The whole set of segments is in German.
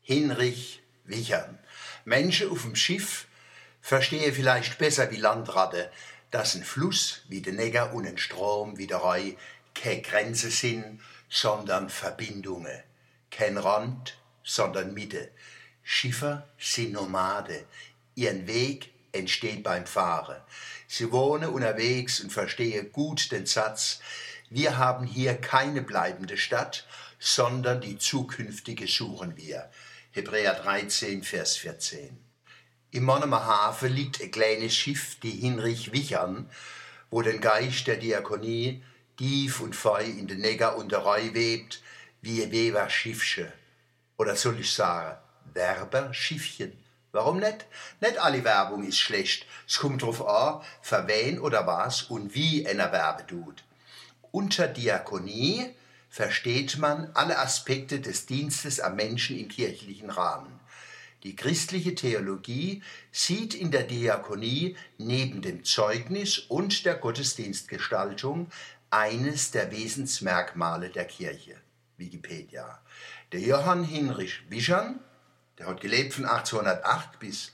Hinrich Wichern. Menschen auf dem Schiff verstehen vielleicht besser wie Landratte, dass ein Fluss wie der Neckar und ein Strom wie der Rhein keine Grenze sind, sondern Verbindungen. Kein Rand, sondern Mitte. Schiffer sind Nomade. Ihren Weg entsteht beim Fahren. Sie wohnen unterwegs und verstehen gut den Satz: Wir haben hier keine bleibende Stadt, sondern die zukünftige suchen wir. Hebräer 13, Vers 14. Im Monnemer Hafen liegt ein kleines Schiff, die Hinrich Wichern, wo den Geist der Diakonie tief und fei in den Neckar und der Rhein webt, wie ein Weber-Schiffchen. Oder soll ich sagen, Werber-Schiffchen? Warum nicht? Nicht alle Werbung ist schlecht. Es kommt drauf an, für wen oder was und wie einer Werbe tut. Unter Diakonie versteht man alle Aspekte des Dienstes am Menschen im kirchlichen Rahmen. Die christliche Theologie sieht in der Diakonie neben dem Zeugnis und der Gottesdienstgestaltung eines der Wesensmerkmale der Kirche. Wikipedia. Der Johann Hinrich Wichern, der hat gelebt von 1808 bis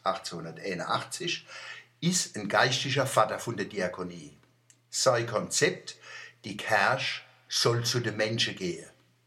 1881, ist ein geistlicher Vater von der Diakonie. Sein Konzept: die Kirche soll zu den Menschen gehen.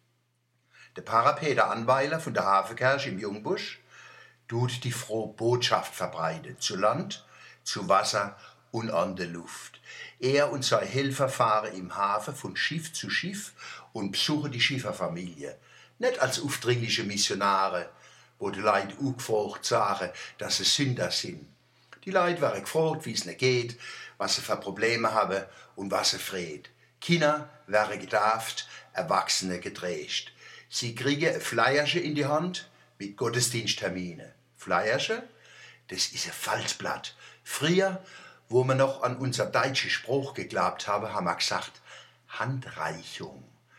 Der Pfarrer Peter Anweiler von der Hafenkirche im Jungbusch tut die frohe Botschaft verbreitet, zu Land, zu Wasser und an der Luft. Er und sein Helfer fahren im Hafen von Schiff zu Schiff und besuchen die Schifferfamilie. Nicht als aufdringliche Missionare, wo die Leute auch gefragt sagen, dass sie Sünder sind. Die Leute werden gefragt, wie es ihnen geht, was sie für Probleme haben und was sie freut. Kinder werden getauft, Erwachsene gedreht. Sie kriegen ein Flyerchen in die Hand mit Gottesdienstterminen. Flyerchen, das ist ein Falzblatt. Früher, wo wir noch an unser deutschen Spruch geglaubt haben wir gesagt, Handreichung.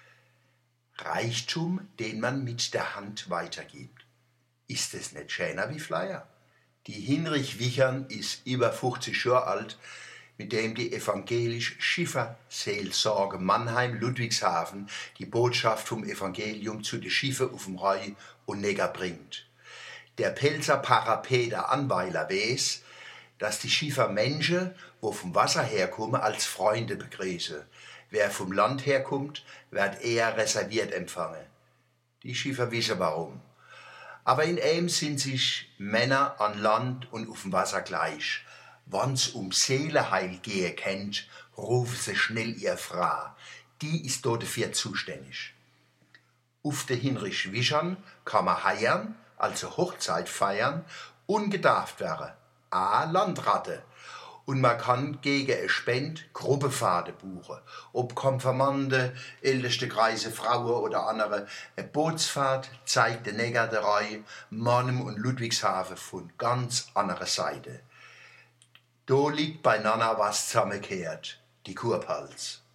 Reichtum, den man mit der Hand weitergibt. Ist es nicht schöner wie Flyer? Die Hinrich Wichern ist über 50 Jahre alt, mit dem die evangelische Schifferseelsorge Mannheim-Ludwigshafen die Botschaft vom Evangelium zu den Schiffen auf dem Rhein und Neckar bringt. Der Pelzer Pfarrer Peter Anweiler weiß, dass die Schiffer Menschen, wo vom Wasser herkommen, als Freunde begrüßen. Wer vom Land herkommt, wird eher reserviert empfangen. Die Schiffer wissen warum. Aber in ihm sind sich Männer an Land und auf dem Wasser gleich. Wann's um Seelenheil gehen kennt, rufen sie schnell ihr Frau. Die ist dort dafür zuständig. Auf der Hinrich Wichern kann man heiern, also Hochzeit feiern, und getauft werden. Landratte. Und man kann gegen eine Spende Gruppenfahrten buchen. Ob Konfirmanden, älteste Kreise, Frauen oder andere. Eine Bootsfahrt zeigt den Neckar, der Rhein, Mannheim und Ludwigshafen von ganz anderer Seite. Da liegt beieinander was zusammengekehrt, die Kurpfalz.